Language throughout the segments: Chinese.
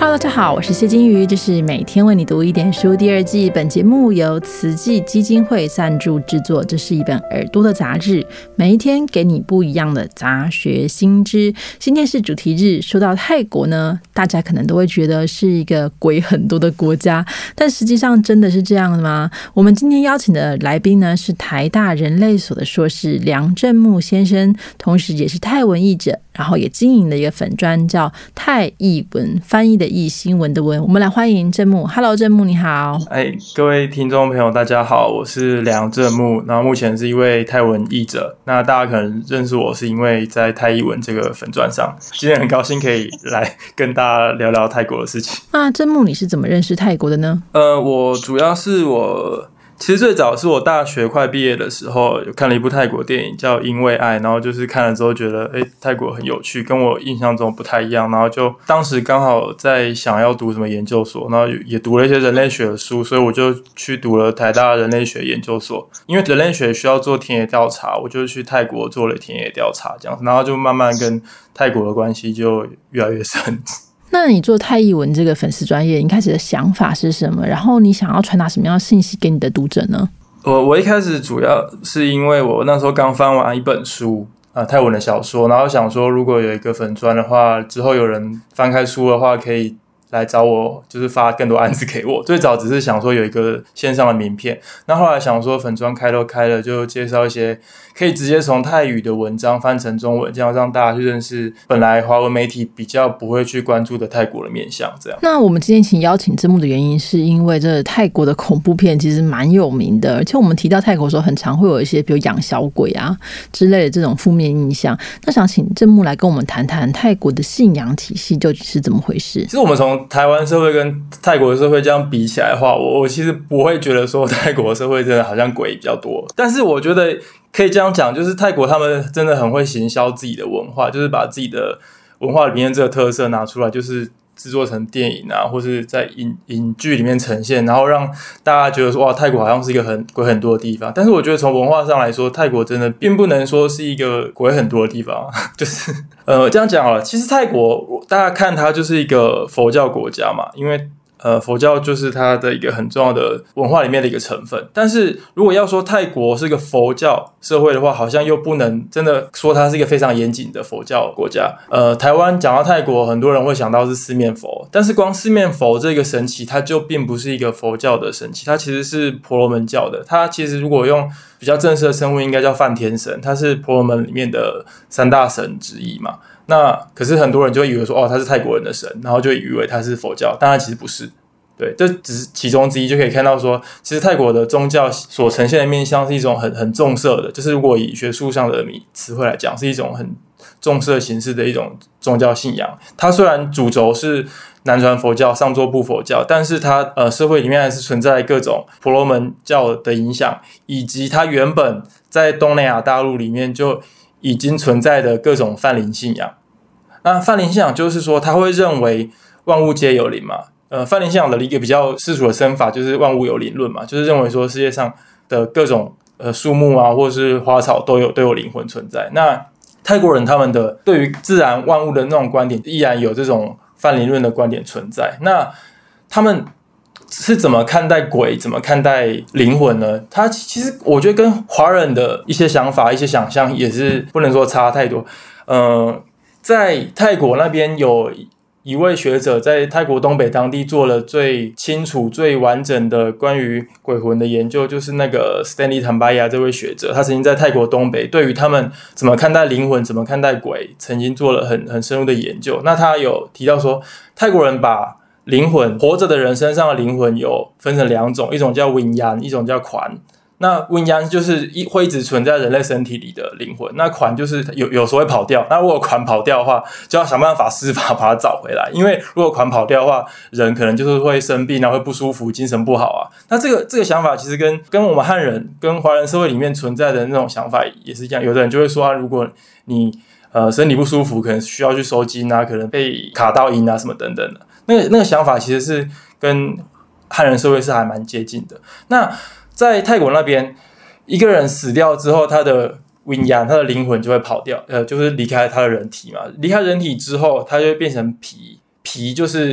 Hello， 大家好，我是谢金鱼，这是每天为你读一点书第二季。本节目由慈济基金会赞助制作，这是一本耳朵的杂志，每一天给你不一样的杂学新知。今天是主题日，说到泰国呢，大家可能都会觉得是一个鬼很多的国家，但实际上真的是这样的吗？我们今天邀请的来宾呢，是台大人类所的硕士梁正木先生，同时也是泰文译者，然后也经营的一个粉专叫泰译文，翻译的译，新闻的文。我们来欢迎正木。 Hello， 正木你好。 各位听众朋友大家好，我是梁正木，然后目前是一位泰文译者。那大家可能认识我是因为在泰译文这个粉专上，今天很高兴可以来跟大家聊聊泰国的事情。 那正木你是怎么认识泰国的呢？ 我主要是其实最早是我大学快毕业的时候有看了一部泰国电影叫《因为爱》，然后就是看了之后觉得泰国很有趣，跟我印象中不太一样，然后就当时刚好在想要读什么研究所，然后也读了一些人类学的书，所以我就去读了台大人类学研究所。因为人类学需要做田野调查，我就去泰国做了田野调查这样子，然后就慢慢跟泰国的关系就越来越深。 那你做泰译文这个粉丝专页，一开始的想法是什么？然后你想要传达什么样的信息给你的读者呢？ 我一开始主要是因为我那时候刚翻完一本书泰文的小说，然后想说如果有一个粉专的话，之后有人翻开书的话可以来找我，就是发更多案子给我。最早只是想说有一个线上的名片，那后来想说粉专开了，就介绍一些可以直接从泰语的文章翻成中文，这样让大家去认识本来华文媒体比较不会去关注的泰国的面向。这样。 那我们今天邀请正木的原因，是因为这泰国的恐怖片其实蛮有名的，而且我们提到泰国的时候，很常会有一些比如养小鬼啊之类的这种负面印象。那想请正木来跟我们谈谈泰国的信仰体系究竟是怎么回事。 其实我们从台湾社会跟泰国的社会这样比起来的话，我其实不会觉得说泰国的社会真的好像鬼比较多，但是我觉得可以这样讲，就是泰国他们真的很会行销自己的文化，就是把自己的文化里面这个特色拿出来，就是制作成电影啊，或是在影剧里面呈现，然后让大家觉得说哇，泰国好像是一个鬼很多的地方。但是我觉得从文化上来说，泰国真的并不能说是一个鬼很多的地方。就是这样讲好了，其实泰国大家看它就是一个佛教国家嘛，因为佛教就是它的一个很重要的文化里面的一个成分。但是如果要说泰国是一个佛教社会的话，好像又不能真的说它是一个非常严谨的佛教国家。台湾讲到泰国，很多人会想到是四面佛，但是光四面佛这个神祇，它就并不是一个佛教的神祇，它其实是婆罗门教的。它其实如果用比较正式的称呼，应该叫梵天神，它是婆罗门里面的三大神之一嘛。那可是很多人就会以为说他是泰国人的神，然后就以为他是佛教，但他其实不是。对，这只是其中之一，就可以看到说其实泰国的宗教所呈现的面向是一种很重色的，就是如果以学术上的词汇来讲，是一种很重色形式的一种宗教信仰。它虽然主轴是南传佛教、上座部佛教，但是它社会里面还是存在各种婆罗门教的影响，以及它原本在东南亚大陆里面就已经存在的各种泛灵信仰。那泛灵信仰就是说他会认为万物皆有灵嘛。泛灵信仰的一个比较世俗的称法就是万物有灵论嘛，就是认为说世界上的各种树木啊或是花草都有灵魂存在。那泰国人他们的对于自然万物的那种观点依然有这种泛灵论的观点存在。那他们是怎么看待鬼，怎么看待灵魂呢？他其实我觉得跟华人的一些想法、一些想象也是不能说差太多。在泰国那边有一位学者在泰国东北当地做了最清楚、最完整的关于鬼魂的研究，就是那个 Stanley Tambaya 这位学者，他曾经在泰国东北对于他们怎么看待灵魂、怎么看待鬼，曾经做了很深入的研究。那他有提到说，泰国人把灵魂，活着的人身上的灵魂有分成两种，一种叫 Vinyan， 一种叫Kwan。那 Vinyan 就是会一直存在人类身体里的灵魂，那Kwan就是有时候会跑掉。那如果Kwan跑掉的话，就要想办法施法把它找回来，因为如果Kwan跑掉的话，人可能就是会生病啊，会不舒服，精神不好啊。那这个想法其实跟我们汉人跟华人社会里面存在的那种想法也是一样。有的人就会说如果你身体不舒服，可能需要去收金啊，可能被卡到阴啊什么等等的。那个想法其实是跟汉人社会是还蛮接近的。那在泰国那边，一个人死掉之后，他的Vinyan，他的灵魂就会跑掉，就是离开他的人体嘛。离开人体之后，他就会变成皮就是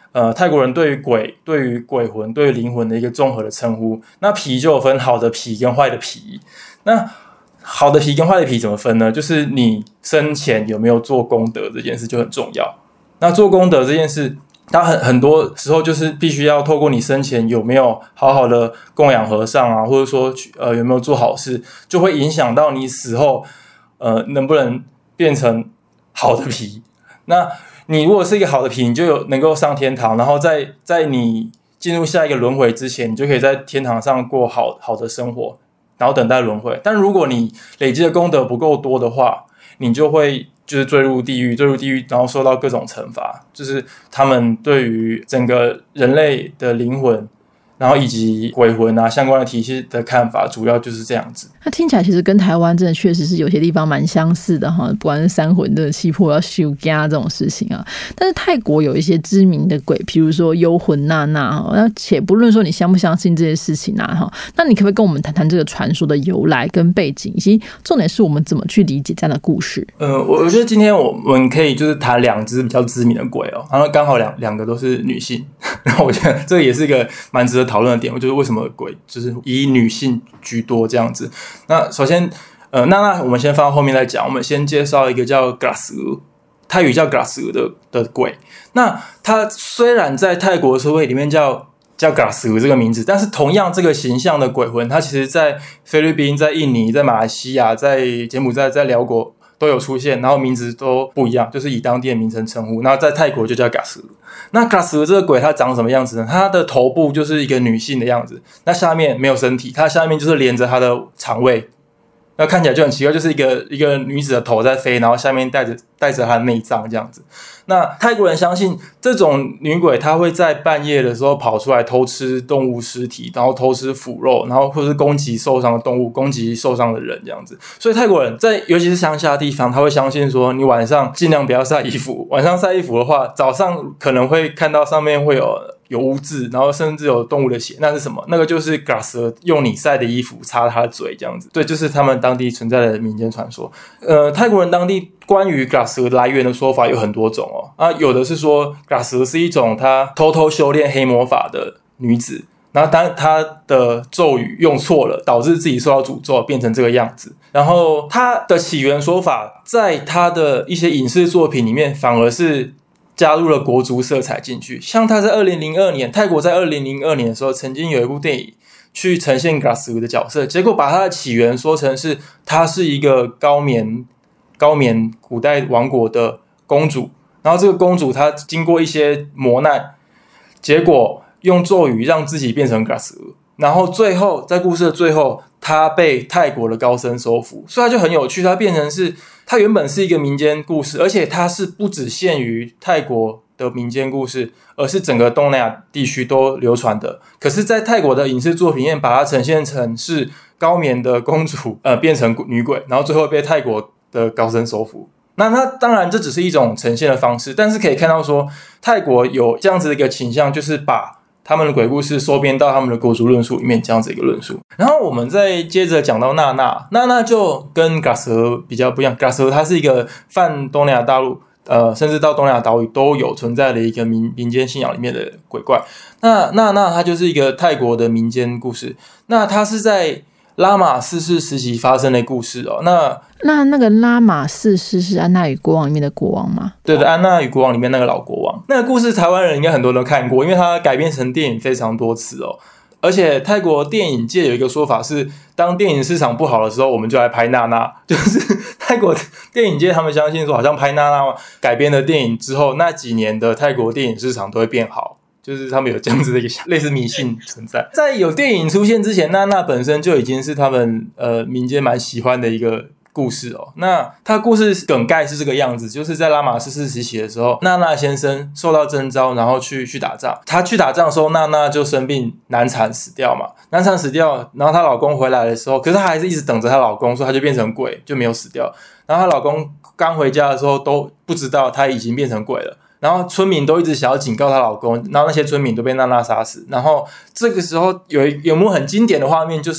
泰国人对于鬼、对于鬼魂、对于灵魂的一个综合的称呼。那皮就有分好的皮跟坏的皮。那好的皮跟坏的皮怎么分呢？就是你生前有没有做功德这件事就很重要。那做功德这件事，它很多时候就是必须要透过你生前有没有好好的供养和尚啊，或者说有没有做好事，就会影响到你死后能不能变成好的皮。那你如果是一个好的皮，你就能够上天堂，然后在你进入下一个轮回之前，你就可以在天堂上过好的生活，然后等待轮回。但如果你累积的功德不够多的话，你就会就是坠入地狱，然后受到各种惩罚。就是他们对于整个人类的灵魂，然后以及鬼魂啊相关的体系的看法，主要就是这样子。 那听起来其实跟台湾真的确实是有些地方蛮相似的哈，不管是三魂的气魄要修家这种事情啊。但是泰国有一些知名的鬼，譬如说幽魂娜娜哈，那且不论说你相不相信这些事情啊哈，那你可不可以跟我们谈谈这个传说的由来跟背景，以及重点是我们怎么去理解这样的故事？ 我觉得今天我们可以就是谈两只比较知名的鬼哦，然后刚好两个都是女性，然后我觉得这个也是一个蛮值得讨论的点，就是为什么鬼就是以女性居多这样子。那首先那我们先放到后面再讲，我们先介绍一个叫 Grasu， 泰语叫 Grasu 的鬼。那它虽然在泰国社会里面叫 Grasu 这个名字，但是同样这个形象的鬼魂，它其实在菲律宾、在印尼、在马来西亚、在柬埔寨、在辽国都有出现，然后名字都不一样，就是以当地的名称称呼。那在泰国就叫 Grasu。那 Grasu 这个鬼它长什么样子呢？它的头部就是一个女性的样子，那下面没有身体，它下面就是连着它的肠胃。那看起来就很奇怪，就是一个女子的头在飞，然后下面带着她的内脏这样子。那泰国人相信这种女鬼，她会在半夜的时候跑出来偷吃动物尸体，然后偷吃腐肉，然后或是攻击受伤的动物，攻击受伤的人这样子。所以泰国人在尤其是乡下的地方，他会相信说，你晚上尽量不要晒衣服，晚上晒衣服的话，早上可能会看到上面会有污渍，然后甚至有动物的血，那是什么？那个就是 Grasu 用你晒的衣服擦他的嘴这样子。对，就是他们当地存在的民间传说。泰国人当地关于 Grasu 来源的说法有很多种哦。有的是说 Grasu 是一种她偷偷修炼黑魔法的女子，然后当她的咒语用错了，导致自己受到诅咒，变成这个样子。然后她的起源说法，在她的一些影视作品里面，反而是加入了国族色彩进去。像他在2002年，泰国在2002年的时候，曾经有一部电影去呈现 Grasu 的角色，结果把他的起源说成是他是一个高棉古代王国的公主，然后这个公主她经过一些磨难，结果用咒语让自己变成 Grasu， 然后最后在故事的最后，她被泰国的高僧收服，所以它就很有趣，它变成是它原本是一个民间故事，而且它是不只限于泰国的民间故事，而是整个东南亚地区都流传的。可是在泰国的影视作品里面把它呈现成是高棉的公主变成女鬼，然后最后被泰国的高僧收服。那它当然这只是一种呈现的方式，但是可以看到说泰国有这样子的一个倾向，就是把他们的鬼故事收编到他们的国族论述里面，这样子一个论述。然后我们再接着讲到娜娜就跟 Grasu 比较不一样。Grasu 它是一个泛东南亚大陆甚至到东南亚岛屿都有存在的一个民间信仰里面的鬼怪。那娜它就是一个泰国的民间故事，那它是在拉玛四世时期发生的故事哦。 那个拉玛四世是安娜与国王里面的国王吗？ 对的，安娜与国王里面那个老国王。那个故事台湾人应该很多人都看过，因为它改编成电影非常多次哦。而且泰国电影界有一个说法是，当电影市场不好的时候，我们就来拍娜娜。就是泰国电影界他们相信说，好像拍娜娜改编的电影之后，那几年的泰国电影市场都会变好。就是他们有这样子的一个类似迷信存在。在有电影出现之前，娜娜本身就已经是他们民间蛮喜欢的一个故事哦。那他故事梗概是这个样子，就是在拉玛四世时期的时候，娜娜先生受到征召，然后去打仗。她去打仗的时候，娜娜就生病难产死掉嘛。难产死掉，然后她老公回来的时候，可是她还是一直等着她老公，所以她就变成鬼，就没有死掉。然后她老公刚回家的时候都不知道她已经变成鬼了。然后村民都一直想要警告她老公，然后那些村民都被娜娜杀死。然后这个时候有一幕很经典的画面，就是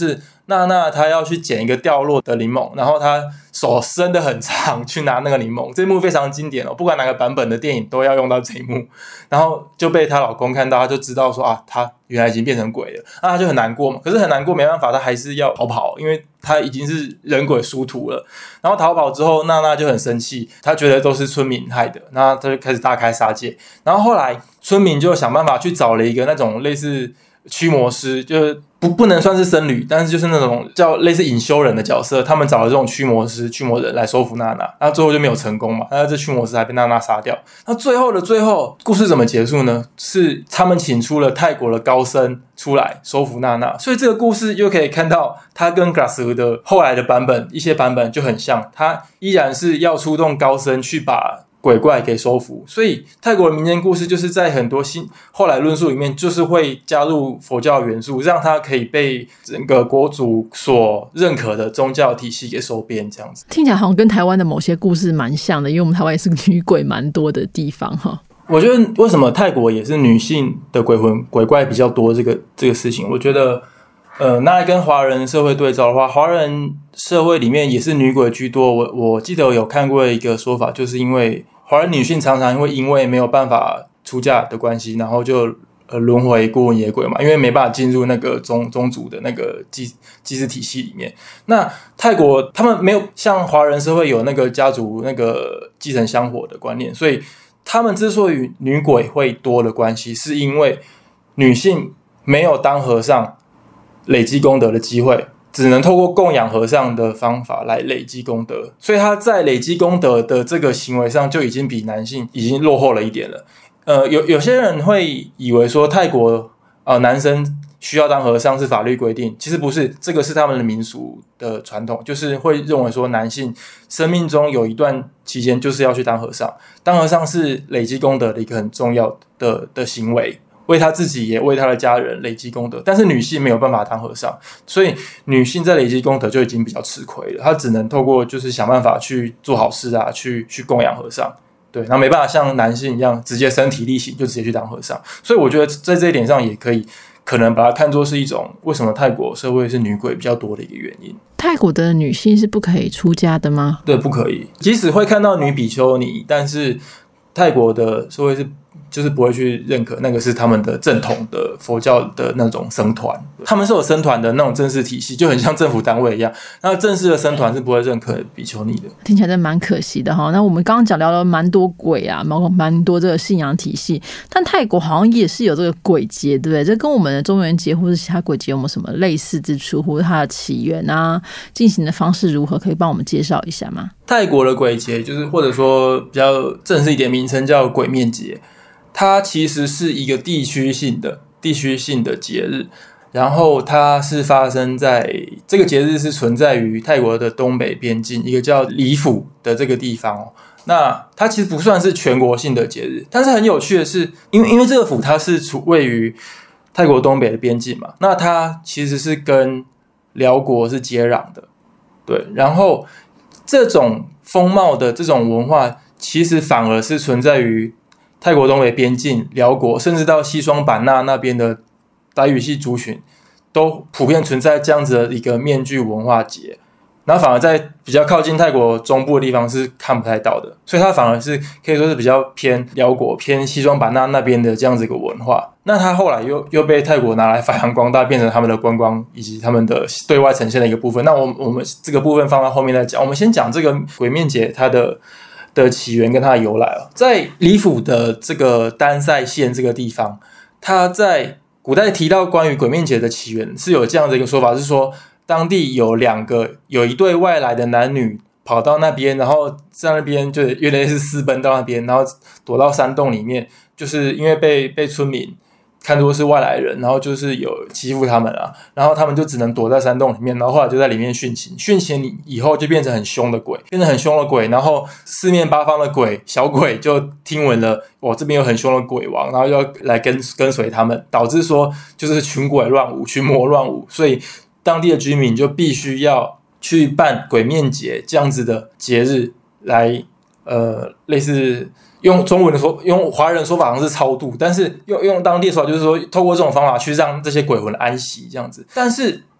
娜娜她要去捡一个掉落的柠檬，然后她手伸得很长去拿那个柠檬，这一幕非常经典不管哪个版本的电影都要用到这一幕，然后就被她老公看到，她就知道说她原来已经变成鬼了，那她就很难过嘛，可是很难过没办法，她还是要逃跑，因为她已经是人鬼殊途了。然后逃跑之后，娜娜就很生气，她觉得都是村民害的，那她就开始大开杀戒。然后后来村民就想办法去找了一个那种类似驱魔师，就是不能算是僧侣，但是就是那种叫类似隐修人的角色，他们找了这种驱魔师、驱魔人来收服娜娜，然后最后就没有成功嘛，那这驱魔师还被娜娜杀掉。那最后的最后，故事怎么结束呢？是他们请出了泰国的高僧出来收服娜娜，所以这个故事又可以看到他跟 Glass 的后来的版本一些版本就很像，他依然是要出动高僧去把鬼怪给收服，所以泰国的民间故事就是在很多后来论述里面就是会加入佛教元素，让它可以被整个国族所认可的宗教体系给收编，这样子听起来好像跟台湾的某些故事蛮像的，因为我们台湾也是个女鬼蛮多的地方哈。 我觉得为什么泰国也是女性的鬼魂鬼怪比较多这个事情，我觉得拿来跟华人社会对照的话，华人社会里面也是女鬼居多。我记得我有看过一个说法，就是因为华人女性常常会因为没有办法出嫁的关系，然后就轮回孤魂野鬼嘛，因为没办法进入那个宗族的那个祭祀体系里面。那泰国他们没有像华人社会有那个家族那个继承香火的观念，所以他们之所以女鬼会多的关系，是因为女性没有当和尚累积功德的机会，只能透过供养和尚的方法来累积功德，所以他在累积功德的这个行为上就已经比男性已经落后了一点了。有些人会以为说泰国男生需要当和尚是法律规定，其实不是，这个是他们的民俗的传统，就是会认为说男性生命中有一段期间就是要去当和尚，当和尚是累积功德的一个很重要的行为，为他自己也为他的家人累积功德，但是女性没有办法当和尚，所以女性在累积功德就已经比较吃亏了，她只能透过就是想办法去做好事去供养和尚，对，然后没办法像男性一样直接身体力行就直接去当和尚，所以我觉得在这一点上也可能把它看作是一种为什么泰国社会是女鬼比较多的一个原因。 泰国的女性是不可以出家的吗？ 对，不可以，即使会看到女比丘尼，但是泰国的社会就是不会去认可那个是他们的正统的佛教的那种僧团，他们是有僧团的那种正式体系，就很像政府单位一样，那正式的僧团是不会认可比丘尼的。 听起来真的蛮可惜的哈。那我们刚刚聊了蛮多鬼啊，蛮多这个信仰体系，但泰国好像也是有这个鬼节，对不对？这跟我们的中元节或是其他鬼节有没有什么类似之处，或者它的起源啊，进行的方式如何，可以帮我们介绍一下吗？ 泰国的鬼节就是或者说比较正式一点名称叫鬼面节，它其实是一个地区性的节日，然后它是发生在这个节日是存在于泰国的东北边境一个叫里府的这个地方那它其实不算是全国性的节日，但是很有趣的是，因为这个府它是位于泰国东北的边境嘛，那它其实是跟辽国是接壤的，对，然后这种风貌的这种文化，其实反而是存在于泰国东北边境、辽国，甚至到西双版纳那边的达语系族群，都普遍存在这样子的一个面具文化节。然后反而在比较靠近泰国中部的地方是看不太到的，所以它反而是可以说是比较偏辽国、偏西双版纳那边的这样子一个文化。那它后来又被泰国拿来发扬光大，变成他们的观光以及他们的对外呈现的一个部分。那我们这个部分放到后面再讲，我们先讲这个鬼面节它的起源跟它的由来在里府的这个丹塞县这个地方，它在古代提到关于鬼面节的起源是有这样的一个说法，是说当地有一对外来的男女跑到那边，然后在那边就有点是私奔到那边，然后躲到山洞里面，就是因为被村民看作是外来人，然后就是有欺负他们然后他们就只能躲在山洞里面，然后后来就在里面殉情以后就变成很凶的鬼，然后四面八方的小鬼就听闻了这边有很凶的鬼王，然后要来跟随他们，导致说就是群鬼乱舞，群魔乱舞，所以当地的居民就必须要去办鬼面节这样子的节日来类似用中文的说，用华人的说法好像是超度，但是用当地的说法就是说透过这种方法去让这些鬼魂安息这样子。但是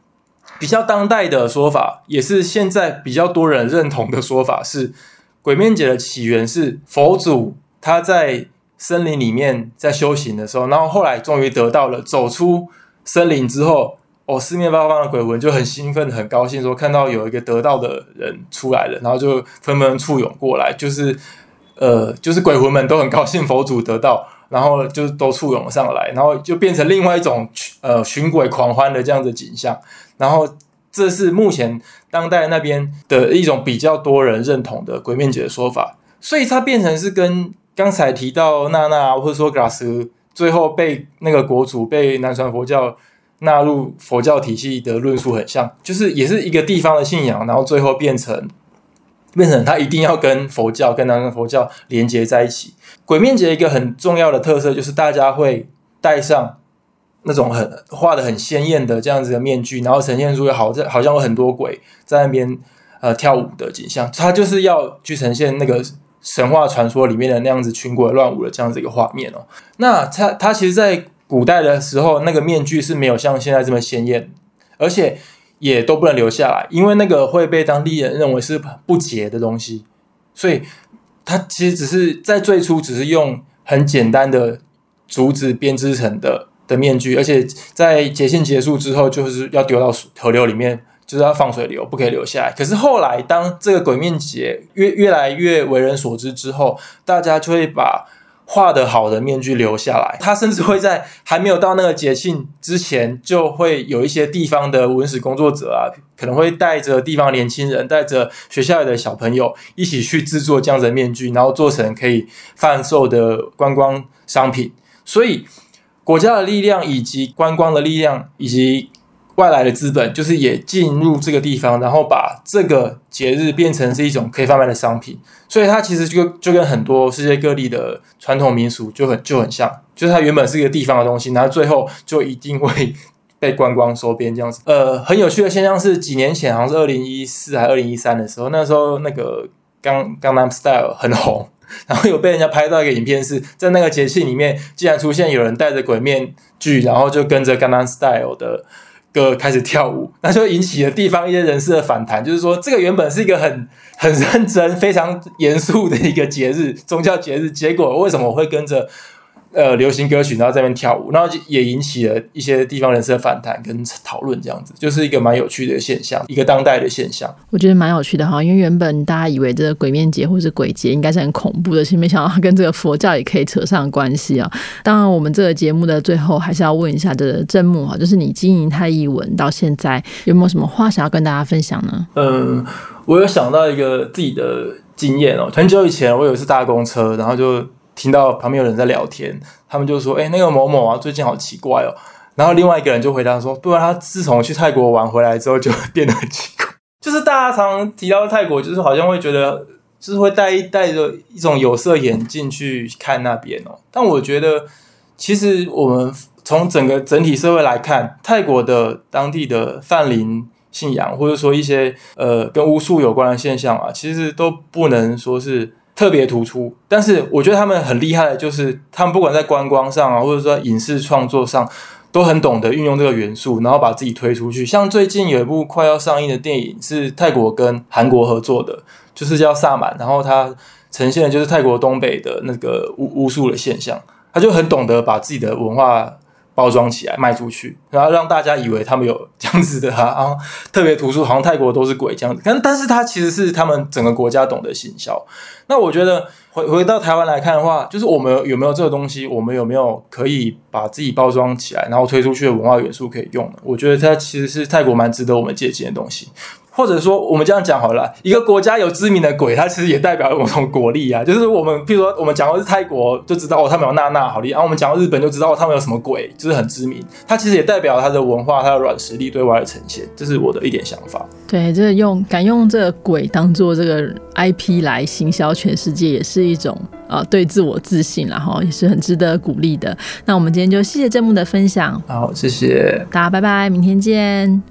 比较当代的说法，也是现在比较多人认同的说法是，鬼面节的起源是佛祖他在森林里面在修行的时候，然后后来终于得到了，走出森林之后，四面八方的鬼魂就很兴奋很高兴，说看到有一个得道的人出来了，然后就纷纷簇拥过来，就是鬼魂们都很高兴佛祖得道，然后就都簇拥上来，然后就变成另外一种寻鬼狂欢的这样的景象。然后这是目前当代那边的一种比较多人认同的鬼面节的说法，所以它变成是跟刚才提到娜娜或者说格拉斯最后被那个国主被南传佛教纳入佛教体系的论述很像，就是也是一个地方的信仰，然后最后变成它一定要跟佛教跟南传佛教连结在一起。鬼面节一个很重要的特色就是大家会戴上那种画得很鲜艳的这样子的面具，然后呈现出好像有很多鬼在那边跳舞的景象，它就是要去呈现那个神话传说里面的那样子群鬼乱舞的这样子一个画面哦。那它其实在古代的时候，那个面具是没有像现在这么鲜艳，而且也都不能留下来，因为那个会被当地人认为是不洁的东西，所以它其实只是在最初只是用很简单的竹子编织成的面具，而且在节庆结束之后就是要丢到河流里面，就是要放水流，不可以留下来。可是后来当这个鬼面节越来越为人所知之后，大家就会把画得好的面具留下来，他甚至会在还没有到那个节庆之前，就会有一些地方的文史工作者啊，可能会带着地方年轻人，带着学校里的小朋友一起去制作这样子的面具，然后做成可以贩售的观光商品。所以国家的力量以及观光的力量以及外来的资本，就是也进入这个地方，然后把这个节日变成是一种可以贩卖的商品。所以它其实就跟很多世界各地的传统民俗就很像，就是它原本是一个地方的东西，然后最后就一定会被观光收编这样子。很有趣的现象是，几年前好像是2014还2013的时候，那时候那个Gangnam Style 很红，然后有被人家拍到一个影片，是在那个节庆里面竟然出现有人戴着鬼面具，然后就跟着 Gangnam Style 的歌开始跳舞，那就引起了地方一些人士的反弹，就是说这个原本是一个很认真非常严肃的一个节日，宗教节日，结果为什么我会跟着流行歌曲然后在那边跳舞，然后也引起了一些地方人士的反弹跟讨论，这样子就是一个蛮有趣的现象，一个当代的现象。 我觉得蛮有趣的哈，因为原本大家以为这个鬼面节或是鬼节应该是很恐怖的，其实没想到跟这个佛教也可以扯上关系啊。当然我们这个节目的最后还是要问一下这个正木哈，就是你经营太艺文到现在有没有什么话想要跟大家分享呢？ 我有想到一个自己的经验哦，很久以前我有一次搭公车，然后就听到旁边有人在聊天，他们就说那个某某啊最近好奇怪哦，然后另外一个人就回答说，对啊，他自从去泰国玩回来之后就变得很奇怪。就是大家常常提到泰国，就是好像会觉得就是会带着一种有色眼镜去看那边哦，但我觉得其实我们从整体社会来看，泰国的当地的泛灵信仰或者说一些跟巫术有关的现象啊，其实都不能说是特别突出，但是我觉得他们很厉害的就是他们不管在观光上啊，或者说在影视创作上都很懂得运用这个元素，然后把自己推出去。像最近有一部快要上映的电影是泰国跟韩国合作的，就是叫萨满，然后它呈现的就是泰国东北的那个巫术的现象，他就很懂得把自己的文化包装起来卖出去，然后让大家以为他们有这样子的特别突出，好像泰国都是鬼这样子。但是它其实是他们整个国家懂得行销。那我觉得回到台湾来看的话，就是我们有没有这个东西，我们有没有可以把自己包装起来然后推出去的文化元素可以用的，我觉得它其实是泰国蛮值得我们借鉴的东西。或者说我们这样讲好了，一个国家有知名的鬼，它其实也代表某种国力啊。就是我们譬如说我们讲的是泰国，就知道他们有娜娜好厉害，然后我们讲到日本就知道他们有什么鬼，就是很知名。它其实也代表它的文化，它的软实力对外的呈现，这是我的一点想法。 对，这个敢用这个鬼当做这个 IP 来行销全世界，也是一种对自我自信啦，也是很值得鼓励的。那我们今天就谢谢正木的分享。 好，谢谢大家，拜拜，明天见。